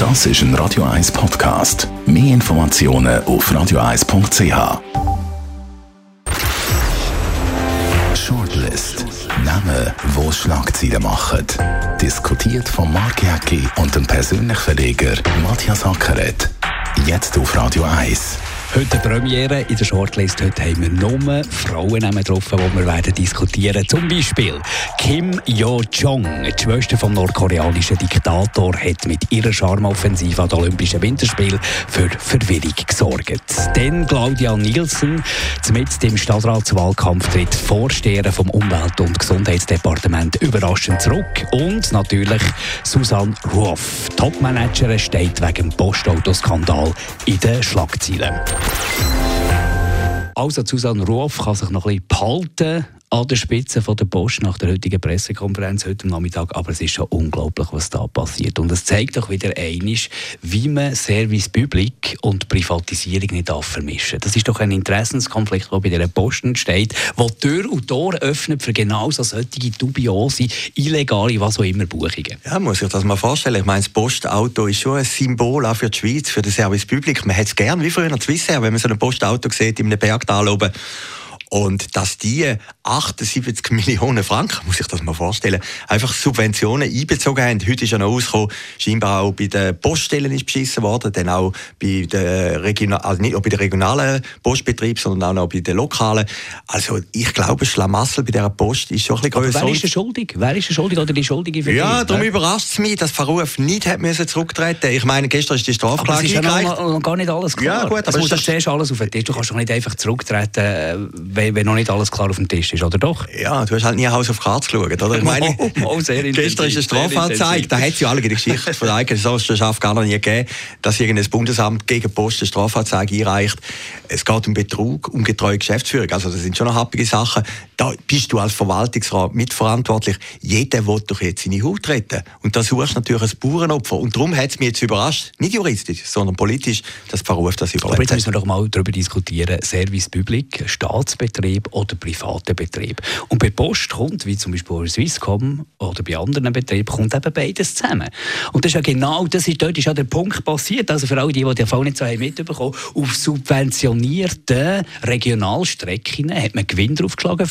Das ist ein Radio 1 Podcast. Mehr Informationen auf radio1.ch. Shortlist. Namen, die Schlagzeilen machen. Diskutiert von Marc Jäcki und dem persönlichen Verleger Matthias Ackeret. Jetzt auf Radio 1. Heute Premiere in der Shortlist. Heute haben wir nur Frauennamen getroffen, die wir werden diskutieren. Zum Beispiel Kim Yo-jong, die Schwester vom nordkoreanischen Diktator, hat mit ihrer Charmeoffensive an den Olympischen Winterspielen für Verwirrung gesorgt. Dann Claudia Nielsen, mitten im Stadtratswahlkampf tritt Vorsteherin vom Umwelt- und Gesundheitsdepartement überraschend zurück. Und natürlich Susanne Ruoff, Topmanagerin, steht wegen dem Postautoskandal in den Schlagzeilen. Also Susanne Ruoff kann sich noch ein bisschen behalten an der Spitze von der Post nach der heutigen Pressekonferenz heute Nachmittag, aber es ist schon unglaublich, was da passiert. Und es zeigt doch wieder einmal, wie man Service Public und Privatisierung nicht vermischen darf. Das ist doch ein Interessenskonflikt, der bei dieser Post entsteht, der Tür und Tor öffnet für genau solche dubiose, illegale, was auch immer Buchungen. Ja, muss ich das mal vorstellen. Ich meine, das Postauto ist schon ein Symbol auch für die Schweiz, für den Service Public. Man hat es gern, wie früher in Swissair, wenn man so ein Postauto sieht in einem Bergtal oben. Und dass die 78 Millionen Franken, muss ich das mal vorstellen, einfach Subventionen einbezogen haben. Heute ist ja noch rausgekommen, scheinbar auch bei den Poststellen ist beschissen worden, dann auch bei den also nicht nur bei den regionalen Postbetrieben, sondern auch noch bei den lokalen. Also ich glaube, Schlamassel bei dieser Post ist schon ein bisschen grösser. Wer ist schuldig? Wer ist schuldig oder die Schuldige für Ja, darum überrascht es mich, dass Verruf nicht hat müssen zurücktreten. Ich meine, gestern ist die Strafklage eingereicht. Aber es ist ja noch gar nicht alles klar. Ja, gut, aber es muss doch zuerst alles auf den Tisch. Du kannst doch nicht einfach zurücktreten, wenn noch nicht alles klar auf dem Tisch ist, oder doch? Ja, du hast halt nie Haus auf Karte geschaut, oder? Ich meine, gestern ist eine Strafanzeige, da hat es ja alle die Geschichte von der Eigenschaft gar noch nie gegeben, dass irgendein Bundesamt gegen Post eine Strafanzeige einreicht. Es geht um Betrug, um getreue Geschäftsführung, also das sind schon noch happige Sachen. Da bist du als Verwaltungsrat mitverantwortlich. Jeder will doch jetzt seine Haut retten. Und da suchst du natürlich ein Bauernopfer. Und darum hat es mich jetzt überrascht, nicht juristisch, sondern politisch, dass Verruf das überlebt. Aber jetzt müssen wir doch mal darüber diskutieren, Service Public, Staatsbetrieb oder privaten Betrieb. Und bei Post kommt, wie zum Beispiel bei Swisscom oder bei anderen Betrieben, kommt eben beides zusammen. Und das ist ja genau, dort ist ja der Punkt passiert. Also für alle, die den Fall nicht so mitbekommen haben, auf subventionierten Regionalstrecken hat man Gewinn draufgeschlagen,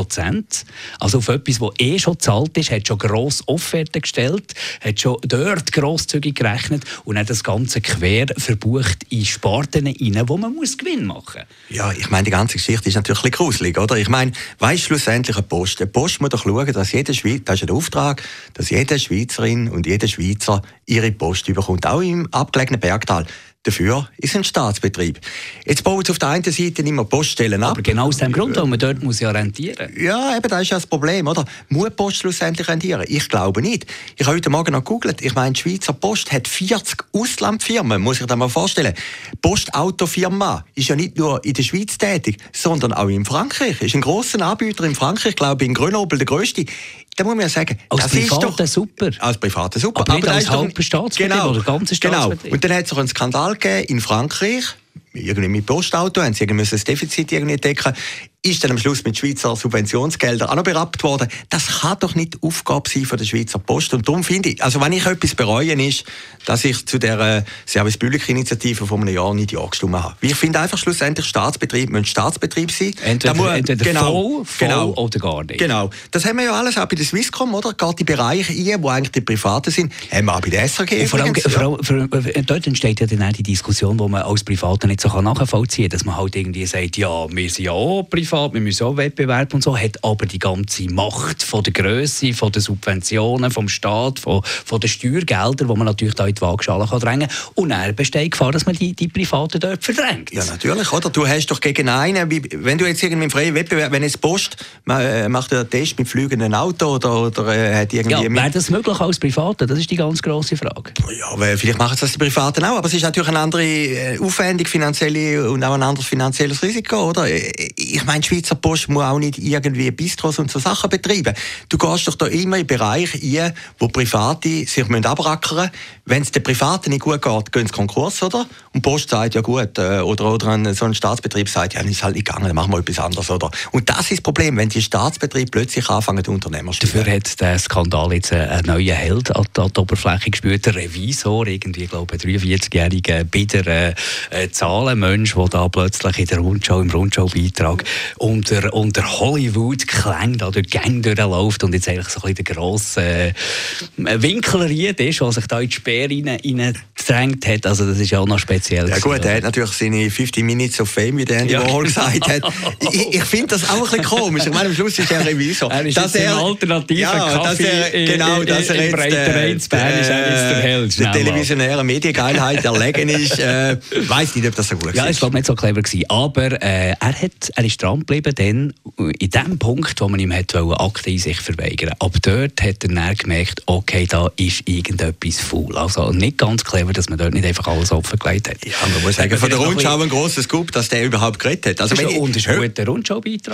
5%. Also auf etwas, das schon gezahlt ist, hat schon grosse Offerten gestellt, hat schon dort grosszügig gerechnet und hat das Ganze quer verbucht in Sparten rein, wo man Gewinn machen muss. Ja, ich meine, die ganze Geschichte ist natürlich ein bisschen gruselig, oder? Ich meine, weißt schlussendlich eine Post muss doch schauen, dass jeder Schweizer, das ist der Auftrag, dass jede Schweizerin und jeder Schweizer ihre Post bekommt, auch im abgelegenen Bergtal. Dafür ist ein Staatsbetrieb. Jetzt bauen sie auf der einen Seite immer Poststellen ab. Aber genau aus dem Grund, weil man dort muss ja rentieren. Ja, eben, das ist ja das Problem, oder? Muss Post schlussendlich rentieren? Ich glaube nicht. Ich habe heute Morgen noch gegoogelt. Ich meine, die Schweizer Post hat 40 Auslandfirmen, muss ich dir mal vorstellen. Postautofirma ist ja nicht nur in der Schweiz tätig, sondern auch in Frankreich. Ist ein grosser Anbieter in Frankreich, ich glaube in Grenoble der grösste. Da muss man ja sagen, als das Privater ist doch super. Als Privater super. Aber nicht als halber Staatsbetrieb oder ganzer Staatsbetrieb. Genau. Und dann hat es auch einen Skandal gegeben in Frankreich. Irgendwie mit Postauto haben sie das Defizit irgendwie decken. Ist dann am Schluss mit Schweizer Subventionsgeldern auch noch berappt worden. Das kann doch nicht Aufgabe sein von der Schweizer Post. Und darum finde ich, also wenn ich etwas bereue, ist, dass ich zu der Service Public Initiative vor einem Jahr nicht Ja gestimmt habe. Ich finde einfach schlussendlich, Staatsbetrieb müssen Staatsbetrieb sein. Entweder voll oder gar nicht. Genau. Das haben wir ja alles auch bei der Swisscom, oder? Geht die Bereiche ein, wo eigentlich die Privaten sind, haben wir auch bei der SRG. Vor allem, dort entsteht ja dann auch die Diskussion, wo man als Privater nicht so nachvollziehen kann, dass man halt irgendwie sagt, ja, wir sind ja auch privat, wir müssen auch Wettbewerb und so, hat aber die ganze Macht von der Grösse, von den Subventionen, vom Staat, von den Steuergeldern, die man natürlich da in die Waagschale drängen kann. Und dann besteht die Gefahr, dass man die Privaten dort verdrängt. Ja, natürlich, oder? Du hast doch gegen einen, wenn du jetzt irgendwie im freien Wettbewerb, wenn jetzt Post macht einen Test mit fliegenden Auto oder hat irgendwie... Ja, wäre das möglich als Privater? Das ist die ganz grosse Frage. Ja, weil vielleicht machen das die Privaten auch, aber es ist natürlich eine andere Aufwendung, finanzielle und auch ein anderes finanzielles Risiko, oder? Ich meine, meine, die Schweizer Post muss auch nicht irgendwie Bistros und so Sachen betreiben. Du gehst doch da immer in Bereiche ein, wo Private sich abrackern müssen. Wenn es den Privaten nicht gut geht, gehen sie Konkurs, oder? Und die Post sagt, ja gut, oder so ein Staatsbetrieb sagt, ja, ist halt nicht gegangen, dann machen wir etwas anderes, oder? Und das ist das Problem, wenn die Staatsbetriebe plötzlich anfangen, Unternehmer zu spielen. Dafür hat der Skandal jetzt einen neuen Held an die Oberfläche gespürt, der Revisor, irgendwie, glaube ich, 43-jähriger, bitter Zahlenmensch, der da plötzlich in der Rundschau, im Rundschau-Beitrag unter Hollywood-Klängen da durch die Gänge durchläuft und jetzt eigentlich so ein bisschen der grosse Winkelried ist, der sich da in die Speer reingedrängt hat. Also das ist ja auch noch speziell. Ja gut, er hat natürlich seine 50 Minutes of Fame, wie der Andy Warhol gesagt hat. Ich finde das auch ein bisschen komisch. Ich meine, am Schluss ist er Revisor. Er ist jetzt ein alternativer Kaffee im Breitenrhein-Bern ist er jetzt der Held. Der televisionären Mediengeilheit erlegen ist. Ich weiss nicht, ob das so gut ist. Ja, es war nicht so clever gewesen. Aber er ist dran geblieben, denn in dem Punkt, wo man ihm Akte in sich verweigern. Ab dort hat er dann gemerkt, okay, da ist irgendetwas faul. Also nicht ganz clever, dass man dort nicht einfach alles offengelegt hat. Ja, man muss sagen, von der Rundschau ein grosses Scoop, dass der überhaupt geredet hat. Also, und es ist ein guter Rundschau-Beitrag.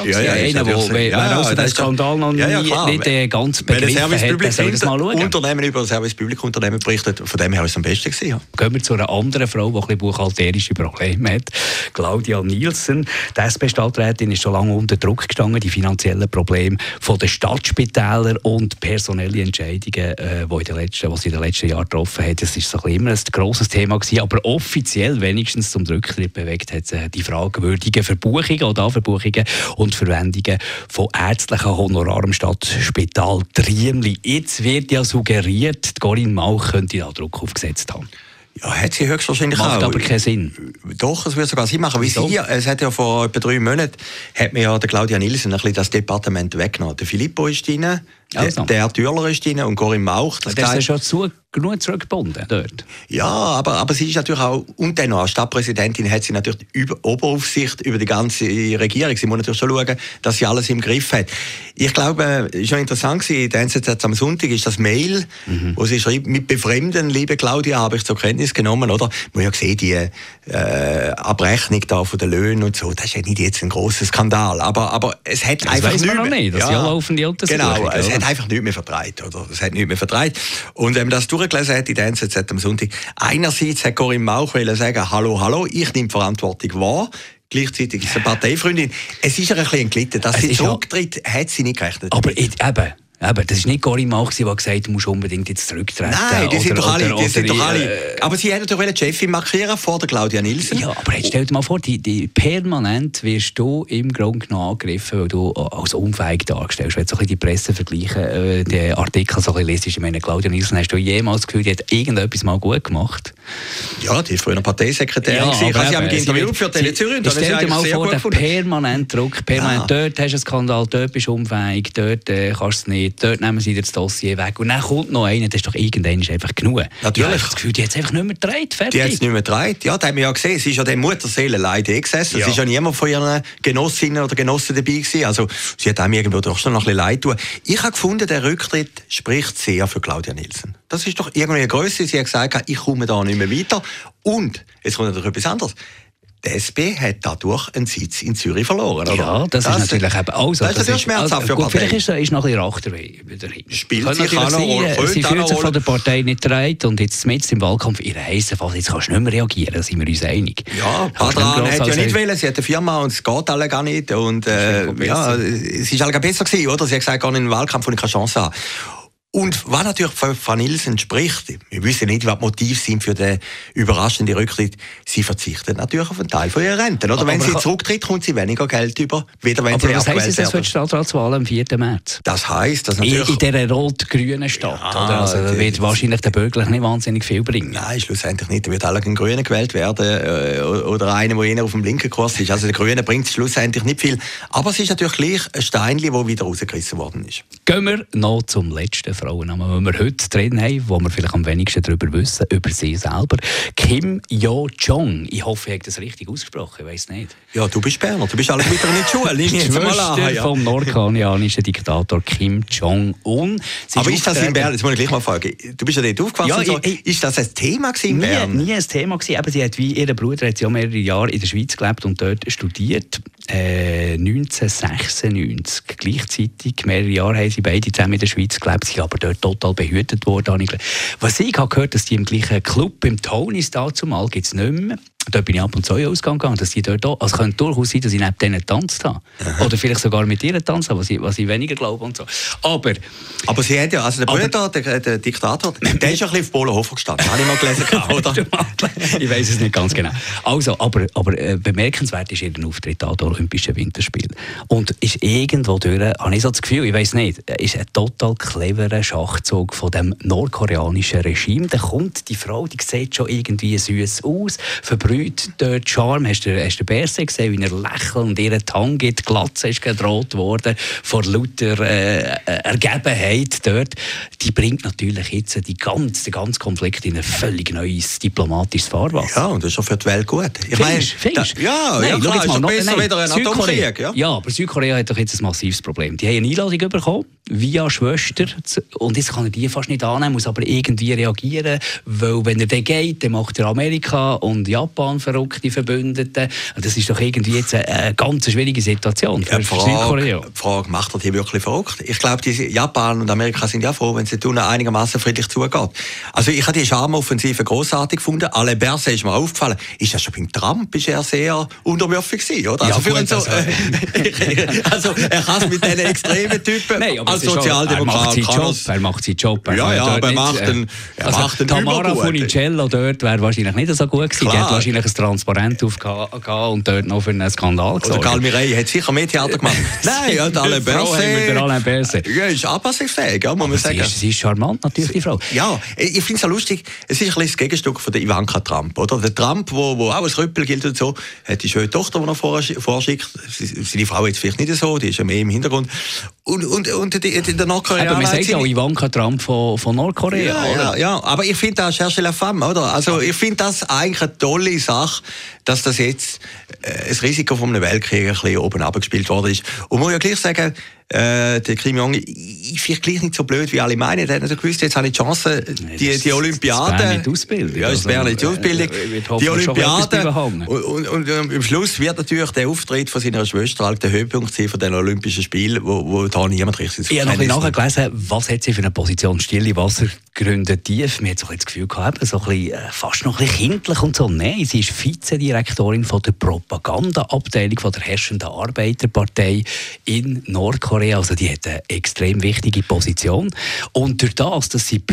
Wer den Skandal noch nicht ganz begriffen hat, der soll das mal schauen. Unternehmen über Service Public Unternehmen berichtet, von dem her ist es am besten gewesen. Ja. Gehen wir zu einer anderen Frau, die ein bisschen buchhalterische Probleme hat. Claudia Nielsen. Die SP-Stadträtin ist schon lange unter Druck gestanden, die finanziellen Probleme von den Stadtspitälern und personelle Entscheidungen, die sie in den letzten Jahren getroffen hat. Das ist so immer ein grosses Thema gewesen, aber offiziell wenigstens zum Rücktritt bewegt hat die fragwürdigen Verbuchungen oder Anverbuchungen und Verwendungen von ärztlichen Honoraren im Stadtspital Triemli. Jetzt wird ja suggeriert, Corinne Mauch könnte da Druck aufgesetzt haben. Ja, hat sie höchstwahrscheinlich auch. Macht aber keinen Sinn. Doch, es würde sogar Sinn machen. Es hat ja vor etwa 3 Monaten hat mir ja der Claudia Nielsen ein bisschen das Departement weggenommen. Der Filippo ist drin, der Thürler ist drin und Corinne Mauch. Das ist ja schon genug zurückgebunden dort. Ja, aber sie ist natürlich auch, und dann noch als Stadtpräsidentin hat sie natürlich Oberaufsicht über die ganze Regierung. Sie muss natürlich schon schauen, dass sie alles im Griff hat. Ich glaube, es war schon interessant gewesen, in der NZZ am Sonntag ist das Mail, wo sie schreibt, mit Befremden, liebe Claudia, habe ich zur Kenntnis genommen, oder? Man ja gesehen, die Abrechnung da von den Löhnen und so, das ist ja nicht jetzt ein grosser Skandal, aber es hat das einfach nicht mehr. Nicht, das ja laufende Untersuchung. Genau, es hat einfach nichts mehr vertreibt, oder? Es hat nichts mehr vertreibt. Und wenn man das durchgelesen hat in der NZZ am Sonntag, einerseits hat Corinne Mauch sagen, hallo, ich nehme die Verantwortung wahr. Gleichzeitig ist sie eine Parteifreundin. Es ist ihr ein bisschen entglitten. Dass sie zurücktritt, hat sie nicht gerechnet. Aber das ist nicht Corinne Mauch, die gesagt hat, du musst unbedingt jetzt zurücktreten. Nein, die sind doch alle. Aber sie hätten doch die Chefin markieren vor der Claudia Nielsen. Ja, aber jetzt stell dir mal vor, die permanent wirst du im Grunde genommen angegriffen, weil du als unfähig darstellst. Wenn du so die Presse vergleichen, die Artikel so ein bisschen lesest, ich meine, Claudia Nielsen, hast du jemals das Gefühl, die hat irgendetwas mal gut gemacht? Ja, die ist früher Parteisekretärin. Ich habe sie am Interview für Tele Zürich. Stell dir mal vor, der permanent Druck, dort hast du einen Skandal, dort bist du unfähig, dort kannst du es nicht. Dort nehmen sie das Dossier weg. Und dann kommt noch einer, das ist doch irgendwann einfach genug. Natürlich. Ja, ich habe das Gefühl, die hat es einfach nicht mehr gedreht. Fertig. Die hat es nicht mehr gedreht. Ja, das haben wir ja gesehen. Sie ist ja der Mutterseele leider gesessen. Es ist ja niemand von ihren Genossinnen oder Genossen dabei gewesen. Also, sie hat einem irgendwo doch schon noch ein bisschen leid tun. Ich habe gefunden, der Rücktritt spricht sehr für Claudia Nielsen. Das ist doch irgendwie eine Grösse. Sie hat gesagt, ich komme da nicht mehr weiter. Und, jetzt kommt natürlich etwas anderes. Die SP hat dadurch einen Sitz in Zürich verloren, oder? Ja, das ist natürlich eben alles. Das ist natürlich schmerzhaft für die Partei. Vielleicht ist noch ein bisschen Rachterweh dahinter. Spielt sich auch noch. Sie fühlt sich von der Partei nicht getragen und jetzt mit im Wahlkampf in heissen Fall, jetzt kannst du nicht mehr reagieren, da sind wir uns einig. Ja, Adrian hat ja nicht wollen, sie hat eine Firma und es geht alle gar nicht. Und es ist alle besser gewesen, oder? Sie hat gesagt, gar nicht in den Wahlkampf, wo ich keine Chance habe. Und was natürlich für Frau Nielsen spricht, wir wissen nicht, was die Motive sind für den überraschenden Rücktritt, sie verzichtet natürlich auf einen Teil von ihrer Rente. Oder wenn sie zurücktritt, kommt sie weniger Geld über, wieder wenn sie abgewählt wird. Aber was heisst das für die Stadtratswahl am 4. März? Das heisst, dass natürlich... In dieser rot-grünen Stadt, oder? Also da wird wahrscheinlich der Bürgerlich nicht wahnsinnig viel bringen. Nein, schlussendlich nicht. Da wird alle ein Grünen gewählt werden oder einer, der eher auf dem linken Kurs ist. Also der Grüne bringt schlussendlich nicht viel. Aber es ist natürlich gleich ein Steinchen, das wieder rausgerissen worden ist. Gehen wir noch zum letzten Frauennamen, den wir heute drin haben, wo wir vielleicht am wenigsten darüber wissen, über sie selber. Kim Yo-jong. Ich hoffe, ich habe das richtig ausgesprochen, ich weiss nicht. Ja, du bist Berner, du bist alles wieder in der Schule. Die Schwester vom nordkoreanischen Diktator Kim Jong-un. Aber ist das in Bern, jetzt muss ich gleich mal fragen, du bist ja dort aufgewachsen, ja, ist das ein Thema in Bern? Nie ein Thema gewesen. Sie hat wie ihr Bruder hat ja mehrere Jahre in der Schweiz gelebt und dort studiert. 1996. Gleichzeitig, mehrere Jahre haben sie beide zusammen in der Schweiz gelebt, sind aber dort total behütet worden. Was ich habe gehört, dass die im gleichen Club, im Tonis dazumal, gibt es nicht mehr. Dort bin ich ab und zu ausgegangen, dass die dort auch, also es könnte durchaus sein, dass ich neben denen getanzt habe. Aha. Oder vielleicht sogar mit ihr getanzt habe, was ich weniger glaube und so. Aber sie hat ja, also der Bruder, der Diktator, der ist ja ein bisschen auf Polenhofer gestanden, habe ich mal gelesen, oder? Ich weiss es nicht ganz genau. Also, aber bemerkenswert ist ihr Auftritt an den Olympischen Winterspielen. Und ist irgendwo durch, habe ich so das Gefühl, ich weiss nicht, ist ein total cleverer Schachzug von dem nordkoreanischen Regime. Da kommt die Frau, die sieht schon irgendwie süß aus, verbrüht dort Charme. Hast du den Berset gesehen, wie er lächelt und ihr Tang gibt, Glatze ist gedroht worden vor lauter Ergebenheit dort. Die bringt natürlich jetzt den ganzen Konflikt in ein völlig neues diplomatisches Fahrwasser. Ja, und das ist auch für die Welt gut. Ich meine, findest? Ja, klar, ist doch besser wieder ein Atomkrieg. Ja, aber Südkorea hat doch jetzt ein massives Problem. Die haben eine Einladung bekommen, via Schwester, und jetzt kann er die fast nicht annehmen, muss aber irgendwie reagieren, weil wenn er dann geht, dann macht er Amerika und Japan verrückte Verbündete. Das ist doch irgendwie jetzt eine ganz schwierige Situation für Südkorea. Die Frage, macht er die wirklich verrückt? Ich glaube, Japan und Amerika sind ja froh, wenn es einigermaßen friedlich zugeht. Also ich habe die Charmeoffensive grossartig gefunden. Alain Berset ist mir aufgefallen. Ist ja schon beim Trump ist er sehr unterwürfig gewesen, oder? Ja, also, also er kann es mit diesen extremen Typen als Sozialdemokrat. Er macht seinen Job. Aber er macht einen Tamara Funicello dort wäre wahrscheinlich nicht so gut gewesen. Die hat wahrscheinlich ein Transparent aufgegeben und dort noch für einen Skandal gesorgt. Oder Galmirei hat sicher mehr Theater gemacht. Nein, ja, Alain Berset. Ja, ist anpassungsfähig, ja, muss man sagen. Sie ist charmant, natürlich, die Frau. Ja, ich finde es so lustig. Es ist ein bisschen das Gegenstück von der Ivanka Trump, oder? Der Trump, der auch als Rüppel gilt und so, hat die schöne Tochter, die er vorschickt. Seine Frau jetzt vielleicht nicht so, die ist ja mehr im Hintergrund. Und der Nordkorea. Aber man sagt ja auch Ivanka Trump von Nordkorea. Ja, aber ich finde das cherche la femme, oder? Also ich finde das eigentlich eine tolle Sache, dass das jetzt das Risiko von einem Weltkrieg ein bisschen oben abgespielt worden ist. Und muss ja gleich sagen, der Kim Jong ist vielleicht gleich nicht so blöd, wie alle meinen. Er hat nicht gewusst, jetzt habe ich die Chance, die Olympiade. Das wäre nicht Ausbildung. Ja, das wäre nicht Ausbildung. Die Olympiade. Und am Schluss wird natürlich der Auftritt von seiner Schwester der Höhepunkt sein von den Olympischen Spielen, wo da niemand richtig Ich habe noch nachgelesen, was hat sie für eine Position? Stille Wassergründe tief. Man hat so das Gefühl gehabt, so ein bisschen, fast noch ein bisschen kindlich und so. Nein, sie ist Vizedirektorin von der Propagandaabteilung von der herrschenden Arbeiterpartei in Nordkorea. Also die hat eine extrem wichtige Position. Und durch das, dass sie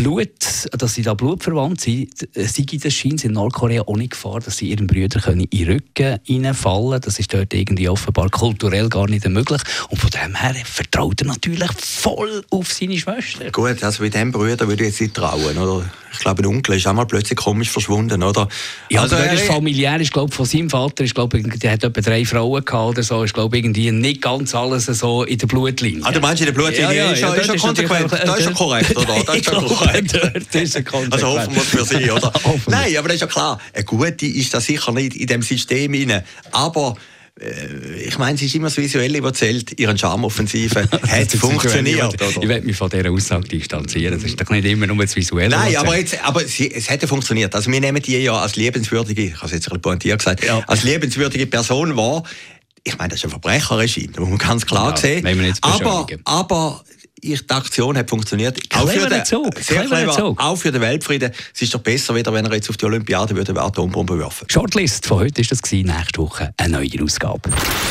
da blutverwandt sind, scheint es in Nordkorea auch nicht Gefahr, dass sie ihren Brüdern in den Rücken reinfallen. Das ist dort irgendwie offenbar kulturell gar nicht möglich. Und von dem her vertraut er natürlich voll auf seine Schwester. Gut, also bei diesem Bruder würde ich jetzt nicht trauen, oder? Ich glaube, ein Onkel ist auch mal plötzlich komisch verschwunden, oder? Ja, also der ist familiär, ich glaube, von seinem Vater, ich glaube, der hat etwa 3 Frauen gehabt oder so. Ich glaube, irgendwie nicht ganz alles so in der Blutlinie. Ah, du meinst, in der Blutlinie ist schon konsequent? Das ist schon korrekt, oder? Das ist schon korrekt. Also hoffen wir es für sie, oder? Nein, aber das ist ja klar. Eine gute ist das sicher nicht in diesem System rein. Aber ich meine, es ist immer das Visuelle, was zählt. Ihre Charmoffensive hat funktioniert. Ich werde mich von dieser Aussage distanzieren. Es ist doch nicht immer nur das Visuelle. Nein, aber es hätte funktioniert. Also wir nehmen die ja als liebenswürdige, ich habe es jetzt ein bisschen pointiert gesagt, als liebenswürdige Person wahr. Ich meine, das ist ein Verbrecherregime, das muss man ganz klar sehen. Aber die Aktion hat funktioniert. Auch für den Weltfrieden. Es ist doch besser, wieder, wenn er jetzt auf die Olympiade würde Atombomben werfen. Shortlist von heute war das. Nächste Woche eine neue Ausgabe.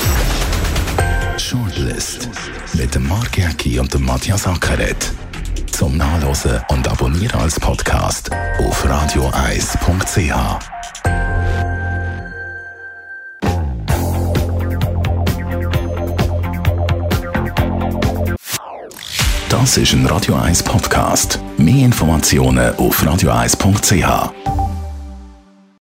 Shortlist mit dem Mark Jäcki und dem Matthias Ackeret. Zum Nachlesen und Abonnieren als Podcast auf radio1.ch. Das ist ein Radio 1 Podcast. Mehr Informationen auf radio1.ch.